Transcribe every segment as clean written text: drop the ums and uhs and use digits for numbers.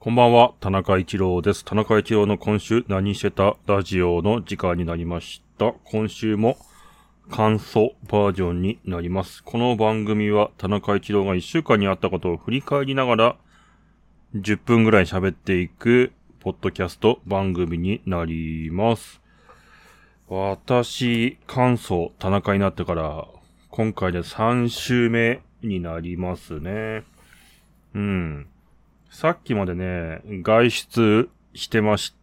こんばんは、田中一郎です。田中一郎の今週何してたラジオの時間になりました。今週も感想バージョンになります。この番組は田中一郎が1週間にあったことを振り返りながら10分ぐらい喋っていくポッドキャスト番組になります。私、感想田中になってから今回で3週目になりますね。さっきまでね、外出してまして、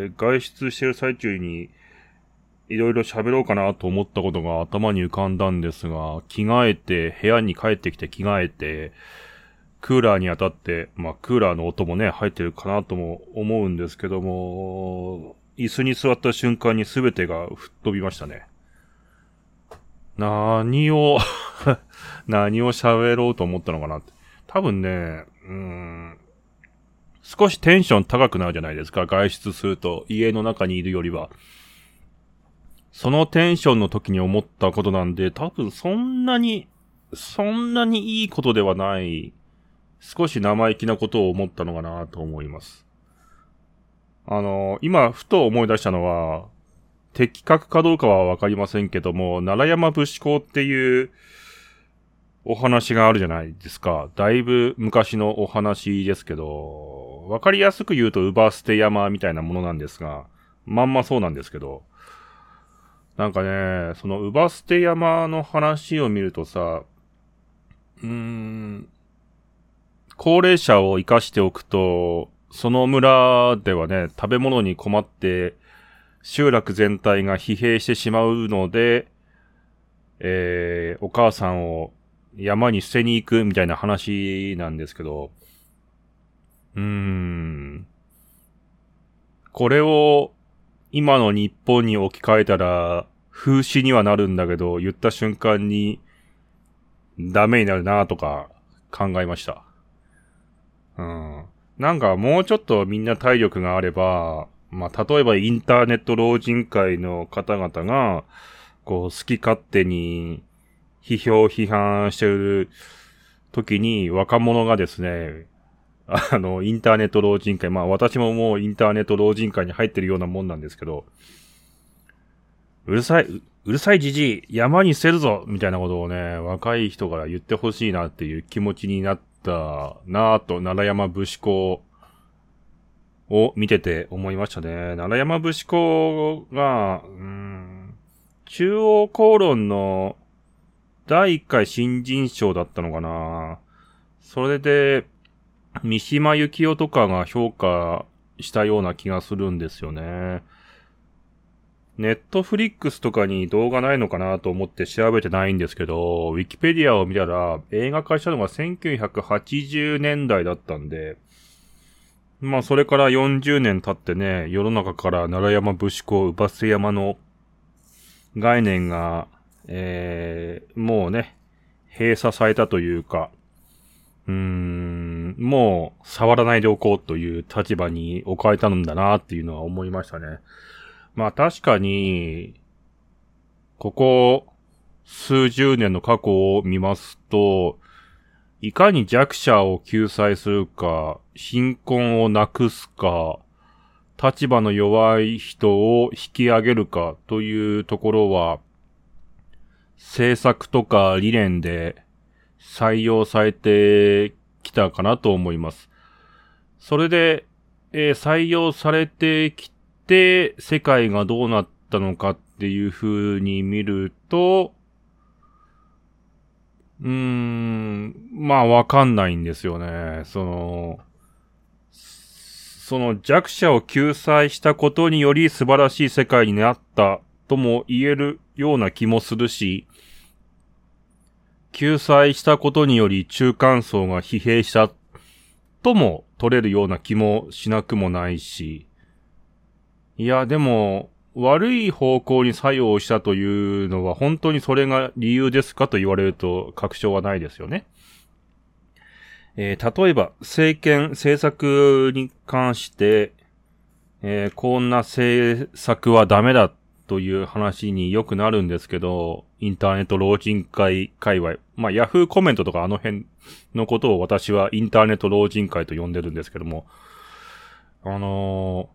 外出してる最中にいろいろ喋ろうかなと思ったことが頭に浮かんだんですが、着替えて、部屋に帰ってきて着替えて、クーラーに当たって、クーラーの音もね、入ってるかなとも思うんですけども、椅子に座った瞬間に全てが吹っ飛びましたね。何を喋ろうと思ったのかなって。多分ね、少しテンション高くなるじゃないですか。外出すると家の中にいるよりは。そのテンションの時に思ったことなんで、多分そんなにいいことではない、少し生意気なことを思ったのかなと思います。今、ふと思い出したのは、的確かどうかはわかりませんけども、奈良山武士講っていうお話があるじゃないですか。だいぶ昔のお話ですけど、わかりやすく言うと、乳母捨て山みたいなものなんですが、まんまそうなんですけど、なんかね、その乳母捨て山の話を見るとさ、高齢者を生かしておくと、その村ではね、食べ物に困って、集落全体が疲弊してしまうので、お母さんを山に捨てに行くみたいな話なんですけど、これを今の日本に置き換えたら風刺にはなるんだけど、言った瞬間にダメになるなとか考えました。なんかもうちょっとみんな体力があれば、例えばインターネット老人会の方々が、好き勝手に批判してる時に若者がですね、インターネット老人会、私ももうインターネット老人会に入ってるようなもんなんですけど、うるさいじじい、山に捨てるぞみたいなことをね、若い人から言ってほしいなっていう気持ちになったなぁと、奈良山武士講を見てて思いましたね。奈良山武士講が、中央公論の第1回新人賞だったのかな。それで、三島由紀夫とかが評価したような気がするんですよね。ネットフリックスとかに動画ないのかなと思って調べてないんですけど、ウィキペディアを見たら映画化したのが1980年代だったんで、それから40年経ってね、世の中から奈良山武士講、乳母捨て山の概念が、もうね、閉鎖されたというか、もう触らないでおこうという立場に置かれたんだなっていうのは思いましたね。確かに、ここ数十年の過去を見ますと、いかに弱者を救済するか、貧困をなくすか、立場の弱い人を引き上げるかというところは、政策とか理念で採用されてきたかなと思います。それで、採用されてきて、世界がどうなったのかっていう風に見ると、わかんないんですよね。その弱者を救済したことにより素晴らしい世界になったとも言えるような気もするし、救済したことにより中間層が疲弊したとも取れるような気もしなくもないし、いやでも悪い方向に作用したというのは本当にそれが理由ですかと言われると確証はないですよね。例えば政策に関して、こんな政策はダメだという話によくなるんですけど、インターネット老人会界隈、ヤフーコメントとかあの辺のことを私はインターネット老人会と呼んでるんですけども、 あの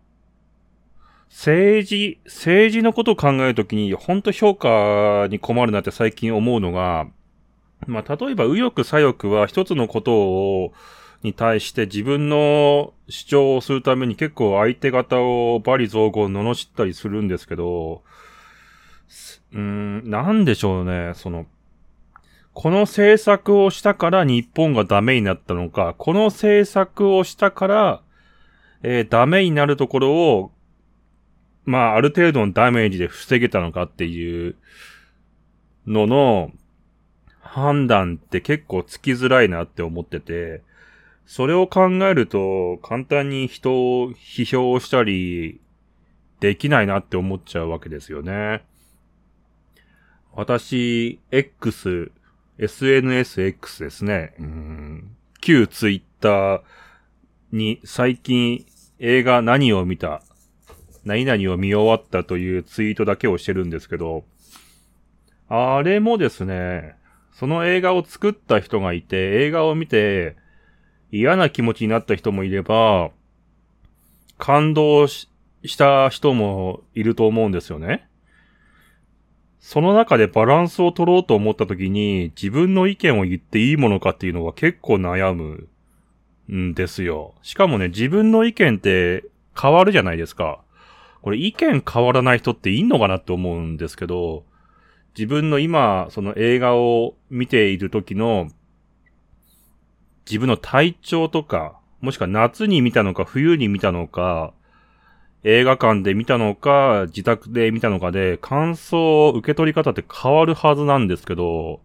政治のことを考えるときに、本当評価に困るなって最近思うのが、まあ、例えば右翼左翼は一つのことに対して自分の主張をするために結構相手方を罵詈雑言罵ったりするんですけど、なんでしょうね、この政策をしたから日本がダメになったのか、この政策をしたから、ダメになるところを、まあ、ある程度のダメージで防げたのかっていうのの判断って結構つきづらいなって思ってて、それを考えると簡単に人を批評したりできないなって思っちゃうわけですよね。私、SNSX ですね。旧ツイッターに最近映画何を見た、何々を見終わったというツイートだけをしてるんですけど、あれもですね、その映画を作った人がいて、映画を見て嫌な気持ちになった人もいれば、感動した人もいると思うんですよね。その中でバランスを取ろうと思った時に自分の意見を言っていいものかっていうのは結構悩むんですよ。しかもね、自分の意見って変わるじゃないですか。これ意見変わらない人っていんのかなって思うんですけど、自分の今、その映画を見ている時の自分の体調とか、もしくは夏に見たのか冬に見たのか、映画館で見たのか、自宅で見たのかで、感想、受け取り方って変わるはずなんですけど、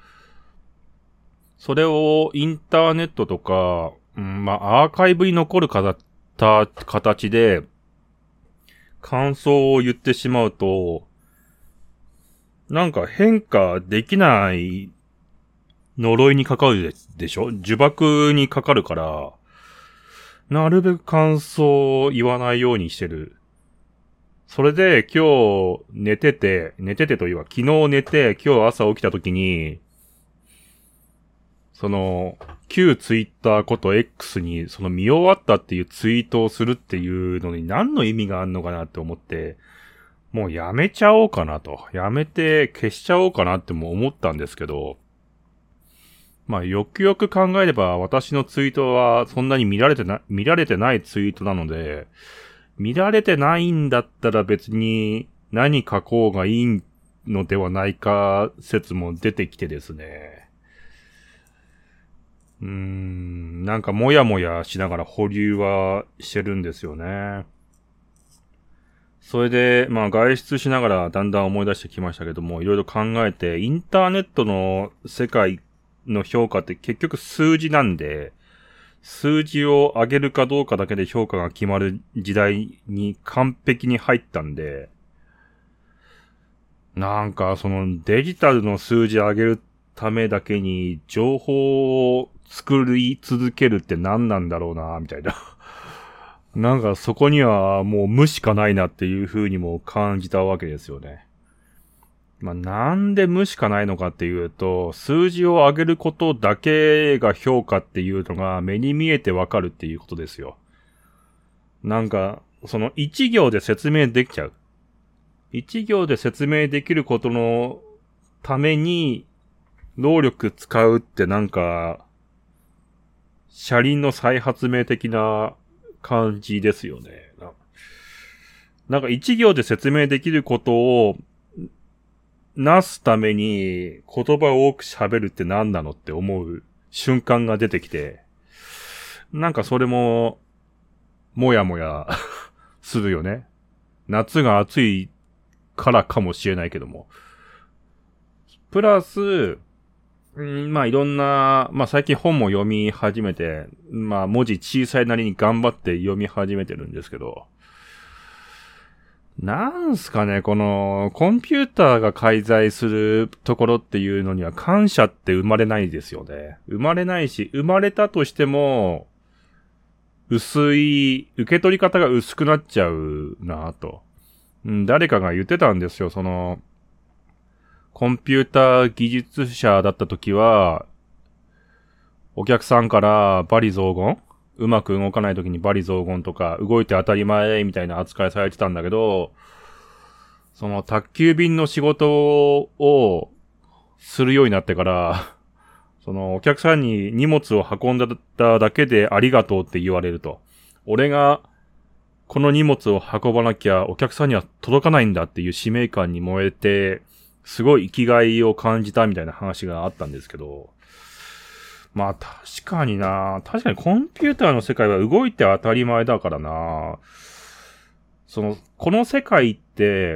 それをインターネットとか、まあ、アーカイブに残る形で、感想を言ってしまうと、なんか変化できない呪いにかかるでしょ？呪縛にかかるから、なるべく感想を言わないようにしてる。それで今日寝ててというか昨日寝て今日朝起きた時に、旧ツイッターこと X に見終わったっていうツイートをするっていうのに何の意味があるのかなって思って、もうやめちゃおうかなと。やめて消しちゃおうかなっても思ったんですけど、まあよくよく考えれば私のツイートはそんなに見られてないツイートなので、見られてないんだったら別に何書こうがいいのではないか説も出てきてですね。なんかもやもやしながら保留はしてるんですよね。それで、まあ外出しながらだんだん思い出してきましたけども、いろいろ考えて、インターネットの世界の評価って結局数字なんで、数字を上げるかどうかだけで評価が決まる時代に完璧に入ったんで、なんかデジタルの数字上げるためだけに情報を作り続けるって何なんだろうな、みたいな。なんかそこにはもう無しかないなっていう風にも感じたわけですよね。まあ、なんで無しかないのかっていうと、数字を上げることだけが評価っていうのが目に見えてわかるっていうことですよ。なんか、一行で説明できちゃう。一行で説明できることのために、労力使うってなんか、車輪の再発明的な感じですよね。なんか一行で説明できることをなすために言葉を多く喋るって何なのって思う瞬間が出てきて、なんかそれももやもやするよね。夏が暑いからかもしれないけども。プラス、まあいろんな、まあ最近本も読み始めて、まあ文字小さいなりに頑張って読み始めてるんですけど、なんすかね、このコンピューターが介在するところっていうのには感謝って生まれないですよね。生まれないし、生まれたとしても、受け取り方が薄くなっちゃうなぁと。誰かが言ってたんですよ、コンピューター技術者だった時は、お客さんから罵詈雑言うまく動かない時に罵詈雑言とか、動いて当たり前みたいな扱いされてたんだけど、その宅急便の仕事をするようになってから、そのお客さんに荷物を運んだだけでありがとうって言われると。俺がこの荷物を運ばなきゃお客さんには届かないんだっていう使命感に燃えて、すごい生きがいを感じたみたいな話があったんですけど、まあ確かにコンピューターの世界は動いて当たり前だからな。この世界って、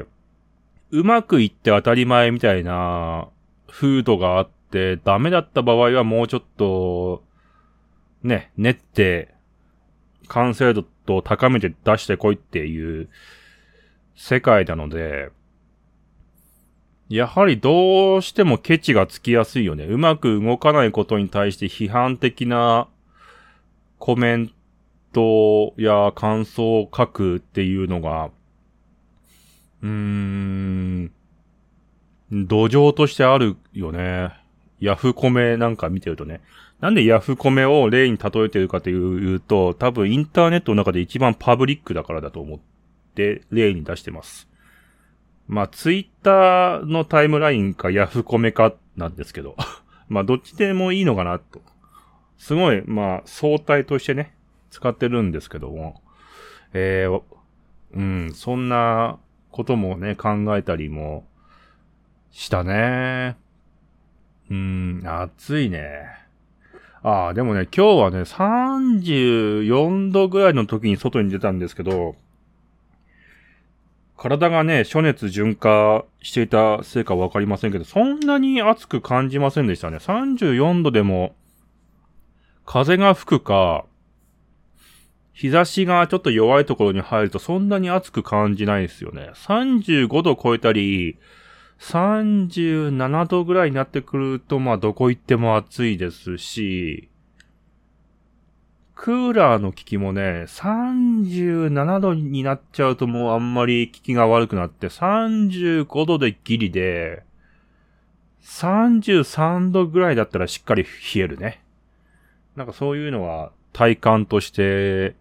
うまくいって当たり前みたいな風土があって、ダメだった場合はもうちょっと、ね、練って、完成度を高めて出してこいっていう世界なので、やはりどうしてもケチがつきやすいよね。うまく動かないことに対して批判的なコメントや感想を書くっていうのが、土壌としてあるよね。ヤフコメなんか見てるとね。なんでヤフコメを例に例えてるかというと、多分インターネットの中で一番パブリックだからだと思って例に出してます。まあ、ツイッターのタイムラインかヤフコメかなんですけど。まあ、どっちでもいいのかなと。すごい、まあ、相対としてね、使ってるんですけども。そんなこともね、考えたりもしたね。暑いね。でもね、今日はね、34度ぐらいの時に外に出たんですけど、体がね、暑熱順化していたせいかわかりませんけど、そんなに暑く感じませんでしたね。34度でも、風が吹くか、日差しがちょっと弱いところに入るとそんなに暑く感じないですよね。35度超えたり、37度ぐらいになってくると、まあどこ行っても暑いですし、クーラーの効きもね、37度になっちゃうともうあんまり効きが悪くなって、35度でギリで、33度ぐらいだったらしっかり冷えるね。なんかそういうのは体感として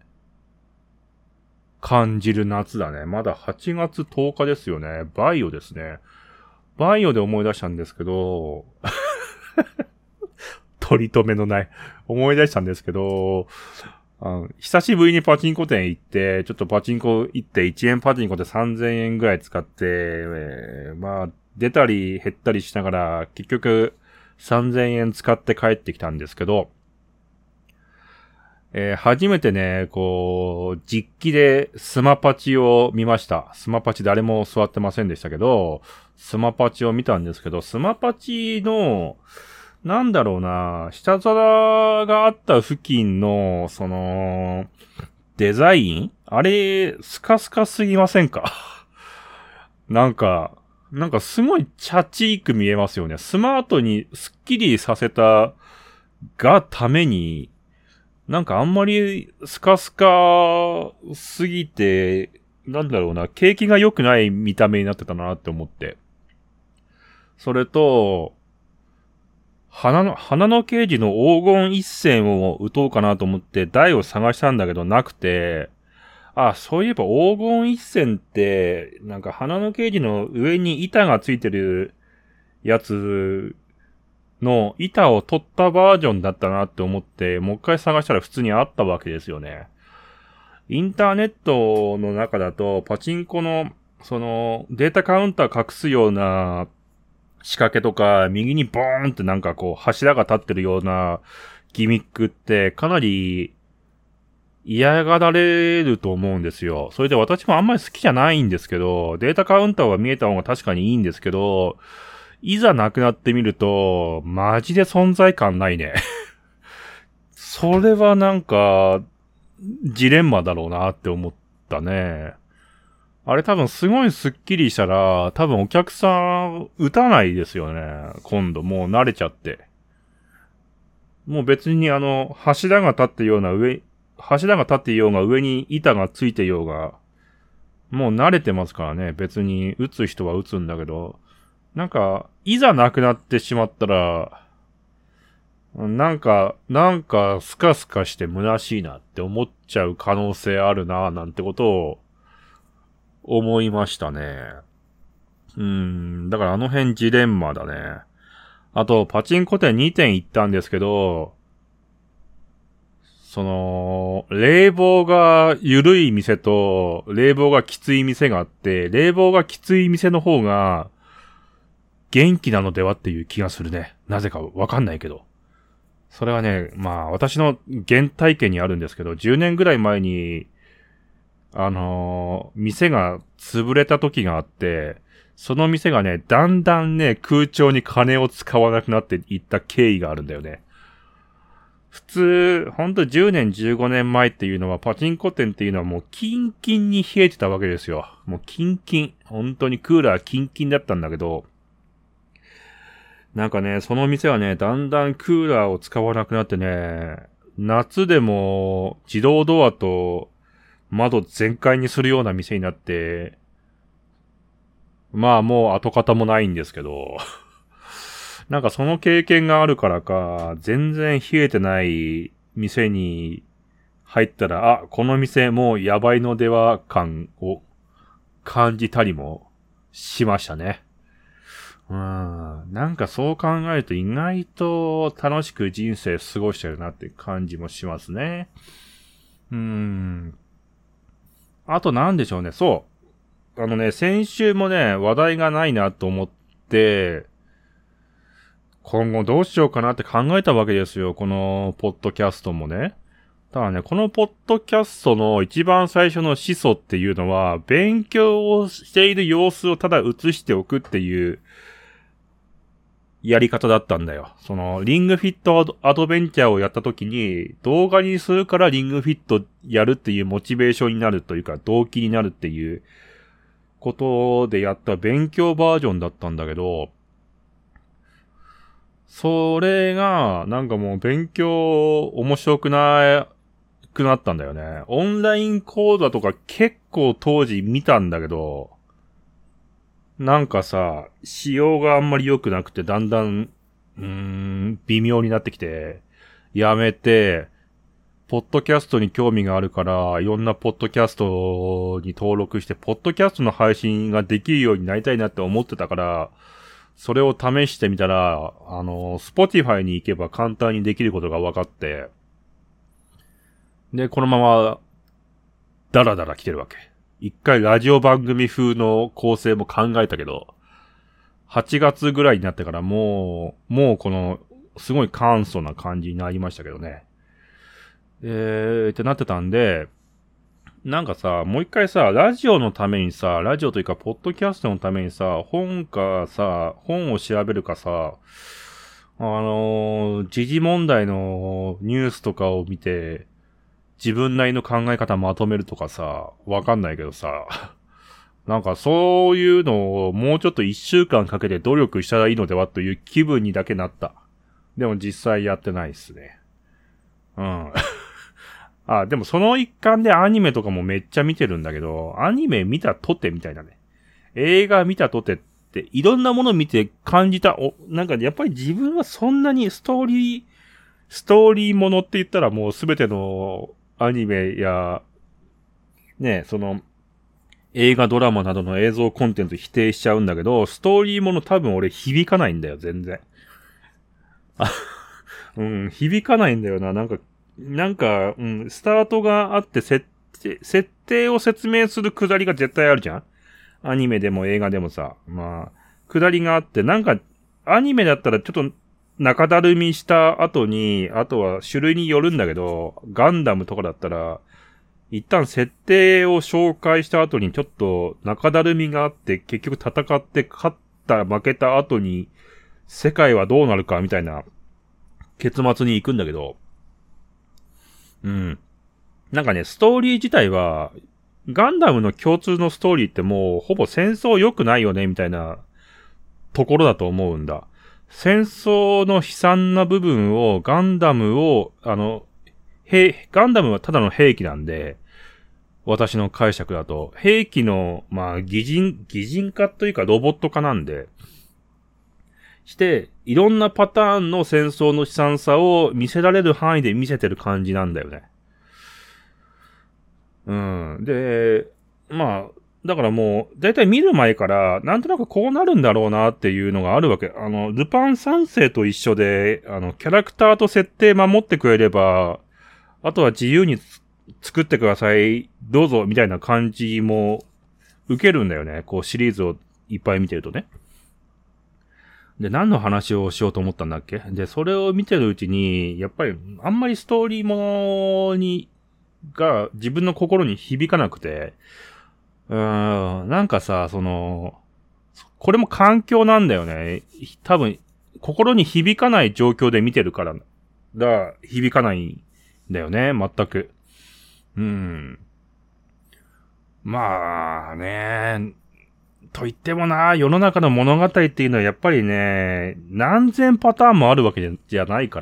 感じる夏だね。まだ8月10日ですよね。バイオですね。バイオで思い出したんですけど、取り留めのない、思い出したんですけど、久しぶりにパチンコ店行って、ちょっとパチンコ行って1円パチンコで3000円ぐらい使って、まあ、出たり減ったりしながら、結局3000円使って帰ってきたんですけど、初めてね、実機でスマパチを見ました。スマパチ誰も座ってませんでしたけど、スマパチを見たんですけど、スマパチの、なんだろうな、下皿があった付近の、デザインあれ、スカスカすぎませんかなんかすごいチャチーく見えますよね。スマートにスッキリさせたがために、なんかあんまりスカスカすぎて、なんだろうな、景気が良くない見た目になってたなって思って。それと、花の刑事の黄金一閃を打とうかなと思って台を探したんだけどなくて、そういえば黄金一閃って、なんか花の刑事の上に板がついてるやつの板を取ったバージョンだったなって思って、もう一回探したら普通にあったわけですよね。インターネットの中だと、パチンコの、データカウンター隠すような仕掛けとか、右にボーンってなんか柱が立ってるようなギミックってかなり嫌がられると思うんですよ。それで私もあんまり好きじゃないんですけど、データカウンターは見えた方が確かにいいんですけど、いざなくなってみると、マジで存在感ないね。それはなんか、ジレンマだろうなって思ったね。あれ多分すごいスッキリしたら、多分お客さん打たないですよね。今度もう慣れちゃって。もう別に柱が立っていようが上に板がついていようが、もう慣れてますからね。別に打つ人は打つんだけど、なんか、いざなくなってしまったら、 なんかスカスカして虚しいなって思っちゃう可能性あるな、なんてことを思いましたね。だからあの辺ジレンマだね。あと、パチンコ店2店行ったんですけど、冷房が緩い店と、冷房がきつい店があって、冷房がきつい店の方が、元気なのではっていう気がするね。なぜかわかんないけど。それはね、まあ、私の原体験にあるんですけど、10年ぐらい前に、店が潰れた時があって、その店がね、だんだんね、空調に金を使わなくなっていった経緯があるんだよね。普通、ほんと10年15年前っていうのは、パチンコ店っていうのはもうキンキンに冷えてたわけですよ。もうキンキン。本当にクーラーキンキンだったんだけど、なんかね、その店はね、だんだんクーラーを使わなくなってね、夏でも自動ドアと窓全開にするような店になって、まあもう跡形もないんですけど、なんかその経験があるからか、全然冷えてない店に入ったら、あ、この店もうやばいのでは感を感じたりもしましたね。なんかそう考えると意外と楽しく人生過ごしてるなって感じもしますね。あとなんでしょうね、そう。先週もね、話題がないなと思って、今後どうしようかなって考えたわけですよ、このポッドキャストもね。ただね、このポッドキャストの一番最初の始祖っていうのは、勉強をしている様子をただ映しておくっていうやり方だったんだよ。リングフィットアドベンチャーをやった時に、動画にするからリングフィットやるっていうモチベーションになるというか、動機になるっていうことでやった勉強バージョンだったんだけど、それが、なんかもう勉強面白くなったんだよね。オンライン講座とか結構当時見たんだけど、なんかさ、仕様があんまり良くなくて、だんだん、微妙になってきて、やめて、ポッドキャストに興味があるから、いろんなポッドキャストに登録して、ポッドキャストの配信ができるようになりたいなって思ってたから、それを試してみたら、Spotify に行けば簡単にできることが分かって、で、このまま、ダラダラ来てるわけ。一回ラジオ番組風の構成も考えたけど、8月ぐらいになってからもうこの、すごい簡素な感じになりましたけどね。ってなってたんで、なんかさ、もう一回さ、ラジオのためにさ、ラジオというか、ポッドキャストのためにさ、本を調べるかさ、時事問題のニュースとかを見て、自分なりの考え方まとめるとかさ、わかんないけどさ、なんかそういうのをもうちょっと1週間かけて努力したらいいのではという気分にだけなった。でも実際やってないっすね。でもその一環でアニメとかもめっちゃ見てるんだけど、アニメ見たとてみたいなね。映画見たとてっていろんなもの見て感じた。なんかやっぱり自分はそんなにストーリーものって言ったらもうすべてのアニメや、ね、映画ドラマなどの映像コンテンツ否定しちゃうんだけど、ストーリーもの多分俺響かないんだよ、全然。響かないんだよな。なんか、スタートがあって設定を説明するくだりが絶対あるじゃん？アニメでも映画でもさ。まあ、くだりがあって、なんか、アニメだったらちょっと中だるみした後に、あとは種類によるんだけど、ガンダムとかだったら、一旦設定を紹介した後にちょっと中だるみがあって、結局戦って勝った負けた後に、世界はどうなるかみたいな結末に行くんだけど、なんかね、ストーリー自体は、ガンダムの共通のストーリーってもう、ほぼ戦争良くないよね、みたいなところだと思うんだ。戦争の悲惨な部分を、ガンダムはただの兵器なんで、私の解釈だと、兵器の、擬人化というかロボット化なんで、 して、いろんなパターンの戦争の悲惨さを見せられる範囲で見せてる感じなんだよね。で、まあ、だからもう、だいたい見る前から、なんとなくこうなるんだろうなっていうのがあるわけ。ルパン三世と一緒で、キャラクターと設定守ってくれれば、あとは自由に作ってください、どうぞ、みたいな感じも受けるんだよね。こうシリーズをいっぱい見てるとね。で、何の話をしようと思ったんだっけ？で、それを見てるうちに、やっぱりあんまりストーリーものが自分の心に響かなくて、なんかさ、これも環境なんだよね。多分、心に響かない状況で見てるから、響かないんだよね、全く。まあね、と言ってもな、世の中の物語っていうのはやっぱりね、何千パターンもあるわけじゃないから、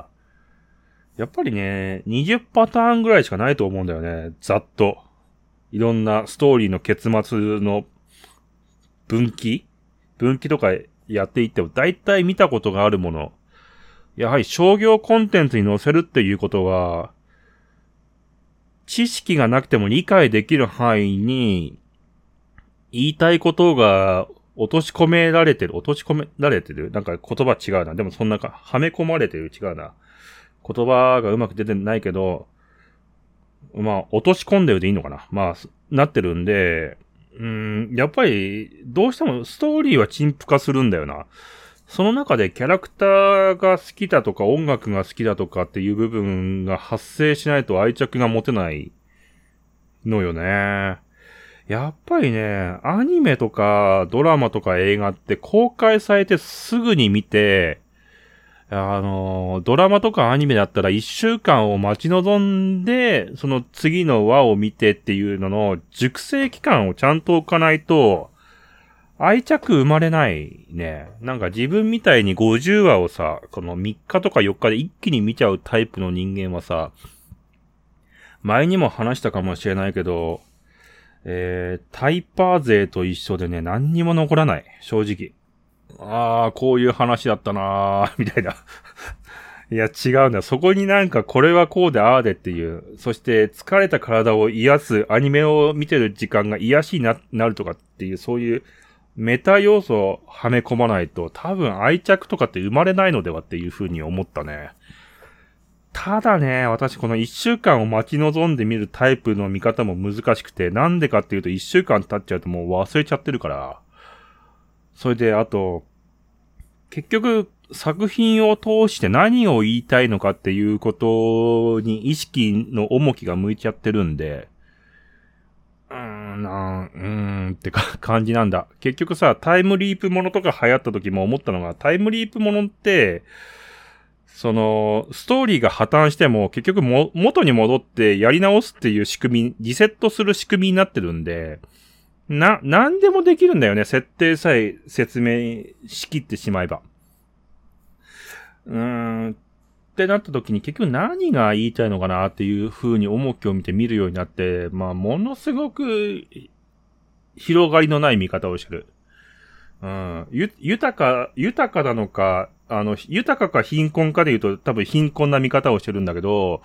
やっぱりね、20パターンぐらいしかないと思うんだよね、ざっと。いろんなストーリーの結末の分岐とかやっていっても、だいたい見たことがあるもの。やはり商業コンテンツに載せるっていうことは、知識がなくても理解できる範囲に、言いたいことが落とし込められてるなんか言葉違うな。でもそんなはめ込まれてる違うな。言葉がうまく出てないけど、まあ、落とし込んでるでいいのかな。まあ、なってるんで、やっぱり、どうしてもストーリーは陳腐化するんだよな。その中でキャラクターが好きだとか音楽が好きだとかっていう部分が発生しないと愛着が持てないのよね。やっぱりね、アニメとかドラマとか映画って公開されてすぐに見て、ドラマとかアニメだったら1週間を待ち望んで、その次の話を見てっていうのの熟成期間をちゃんと置かないと、愛着生まれないね。なんか自分みたいに50話をさ、この3日とか4日で一気に見ちゃうタイプの人間はさ、前にも話したかもしれないけど、タイパー勢と一緒でね、何にも残らない。正直。こういう話だったなーみたいな。いや、違うんだ。そこになんかこれはこうでああでっていう。そして疲れた体を癒すアニメを見てる時間が癒しになるとかっていう、そういうメタ要素をはめ込まないと多分愛着とかって生まれないのではっていう風に思ったね。ただね、私この1週間を待ち望んで見るタイプの見方も難しくて、なんでかっていうと1週間経っちゃうともう忘れちゃってるから。それであと、結局作品を通して何を言いたいのかっていうことに意識の重きが向いちゃってるんで、って感じなんだ。結局さ、タイムリープものとか流行った時も思ったのが、タイムリープものって、ストーリーが破綻しても結局元に戻ってやり直すっていう仕組み、リセットする仕組みになってるんで、なんでもできるんだよね。設定さえ説明しきってしまえば。ってなった時に結局何が言いたいのかなっていう風に重きを見て見るようになって、まあ、ものすごく広がりのない見方をしてる。豊かなのか、豊かか貧困かで言うと多分貧困な見方をしてるんだけど、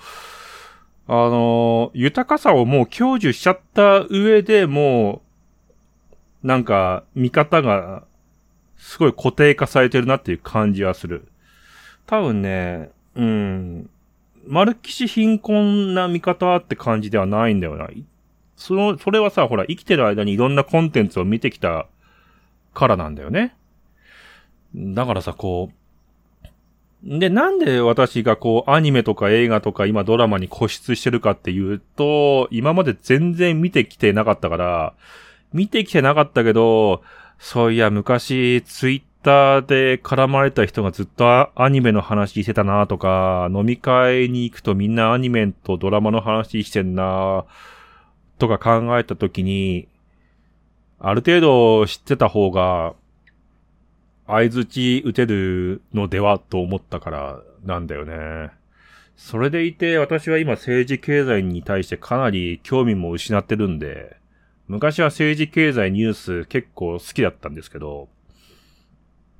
豊かさをもう享受しちゃった上でもう、なんか、見方が、すごい固定化されてるなっていう感じはする。多分ね、まるっきし貧困な見方って感じではないんだよな。それはさ、ほら、生きてる間にいろんなコンテンツを見てきたからなんだよね。だからさ、で、なんで私がアニメとか映画とか今ドラマに固執してるかっていうと、今まで全然見てきてなかったから、見てきてなかったけど、そういや昔ツイッターで絡まれた人がずっとアニメの話してたなとか、飲み会に行くとみんなアニメとドラマの話してんなとか考えたときに、ある程度知ってた方が、相槌打てるのではと思ったからなんだよね。それでいて私は今政治経済に対してかなり興味も失ってるんで、昔は政治経済ニュース結構好きだったんですけど、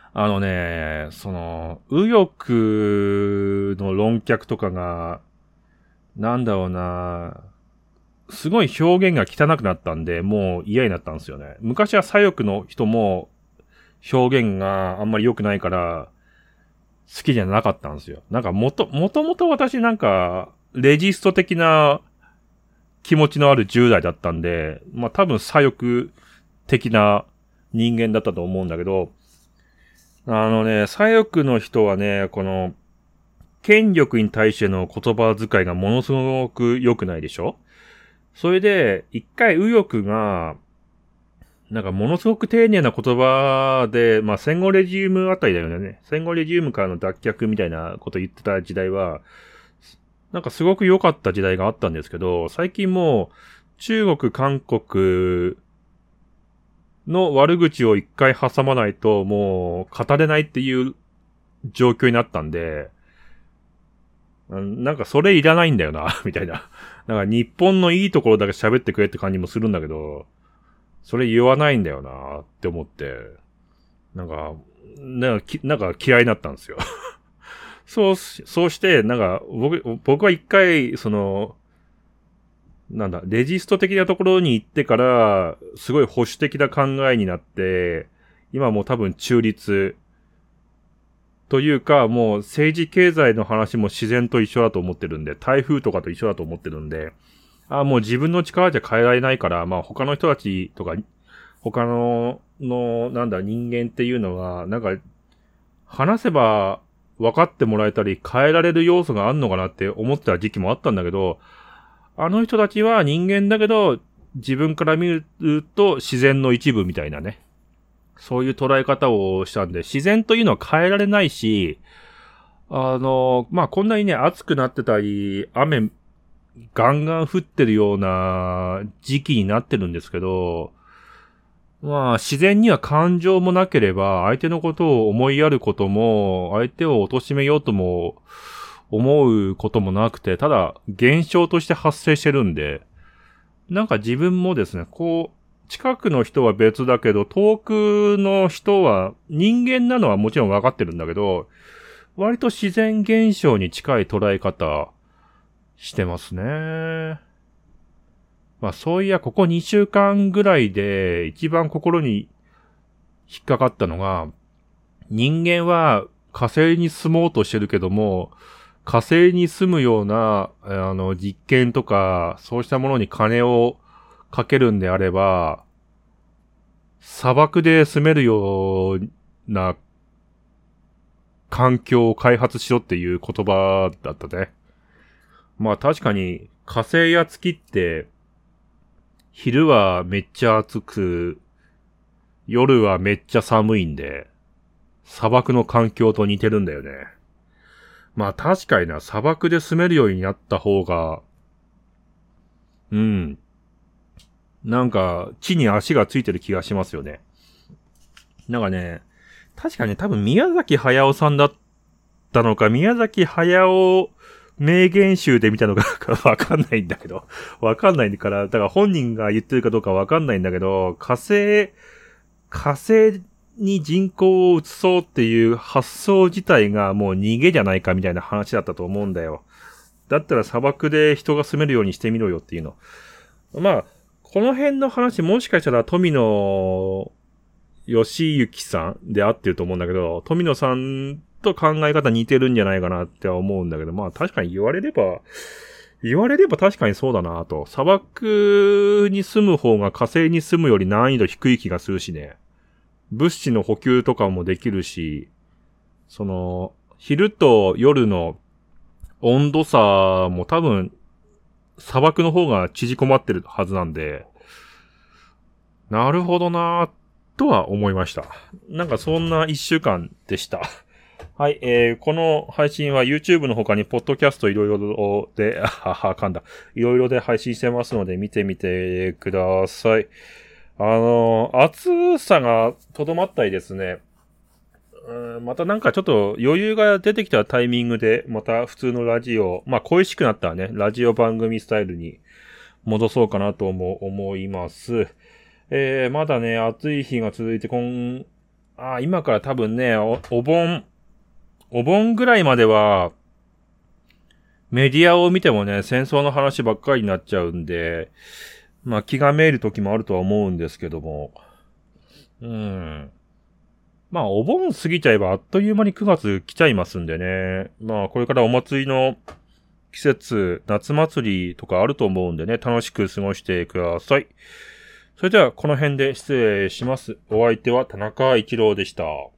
右翼の論客とかが、なんだろうな、すごい表現が汚くなったんで、もう嫌になったんですよね。昔は左翼の人も表現があんまり良くないから好きじゃなかったんですよ。なんかもともと私なんかレジスト的な気持ちのある10代だったんで、まあ多分左翼的な人間だったと思うんだけど、左翼の人はね、この権力に対しての言葉遣いがものすごく良くないでしょ？それで、一回右翼が、なんかものすごく丁寧な言葉で、まあ戦後レジウムあたりだよね。戦後レジウムからの脱却みたいなこと言ってた時代は、なんかすごく良かった時代があったんですけど、最近もう中国、韓国の悪口を一回挟まないともう語れないっていう状況になったんで、なんかそれいらないんだよな、みたいな。なんか日本のいいところだけ喋ってくれって感じもするんだけど、それ言わないんだよなって思って、なんか嫌いになったんですよ。そうして、なんか僕は一回、レジスト的なところに行ってから、すごい保守的な考えになって、今もう多分中立、というか、もう政治経済の話も自然と一緒だと思ってるんで、台風とかと一緒だと思ってるんで、もう自分の力じゃ変えられないから、まあ他の人たちとか、他の、人間っていうのは、なんか、話せば分かってもらえたり変えられる要素があるのかなって思ってた時期もあったんだけど、あの人たちは人間だけど、自分から見ると自然の一部みたいなね。そういう捉え方をしたんで、自然というのは変えられないし、まあ、こんなにね、暑くなってたり、雨、ガンガン降ってるような時期になってるんですけど、まあ、自然には感情もなければ、相手のことを思いやることも、相手を貶めようとも思うこともなくて、ただ、現象として発生してるんで、なんか自分もですね、近くの人は別だけど、遠くの人は人間なのはもちろん分かってるんだけど、割と自然現象に近い捉え方してますね。まあそういや、ここ2週間ぐらいで一番心に引っかかったのが、人間は火星に住もうとしてるけども、火星に住むような、実験とか、そうしたものに金をかけるんであれば、砂漠で住めるような環境を開発しろっていう言葉だったね。まあ確かに火星や月って昼はめっちゃ暑く、夜はめっちゃ寒いんで、砂漠の環境と似てるんだよね。まあ確かにな、砂漠で住めるようになった方が、なんか地に足がついてる気がしますよね。なんかね、確かに多分宮崎駿さんだったのか、宮崎駿名言集で見たのかわかんないんだけど、わかんないから、だから本人が言ってるかどうかわかんないんだけど、火星に人口を移そうっていう発想自体がもう逃げじゃないかみたいな話だったと思うんだよ。だったら砂漠で人が住めるようにしてみろよっていうの。まあ、この辺の話もしかしたら富野義行さんで合ってると思うんだけど、富野さんと考え方似てるんじゃないかなって思うんだけど、まあ確かに言われれば確かにそうだなと。砂漠に住む方が火星に住むより難易度低い気がするしね。物資の補給とかもできるし、昼と夜の温度差も多分、砂漠の方が縮こまってるはずなんで、なるほどなぁ、とは思いました。なんかそんな一週間でした。はい、この配信は YouTube の他にポッドキャストいろいろで、いろいろで配信してますので見てみてください。暑さがとどまったりですね。またなんかちょっと余裕が出てきたタイミングで、また普通のラジオ、まあ恋しくなったらね、ラジオ番組スタイルに戻そうかなと思います。まだね、暑い日が続いて、 今から多分ね、お盆ぐらいまでは、メディアを見てもね、戦争の話ばっかりになっちゃうんで、まあ気がめいる時もあるとは思うんですけども。まあお盆過ぎちゃえばあっという間に9月来ちゃいますんでね。まあこれからお祭りの季節、夏祭りとかあると思うんでね、楽しく過ごしてください。それではこの辺で失礼します。お相手は田中一郎でした。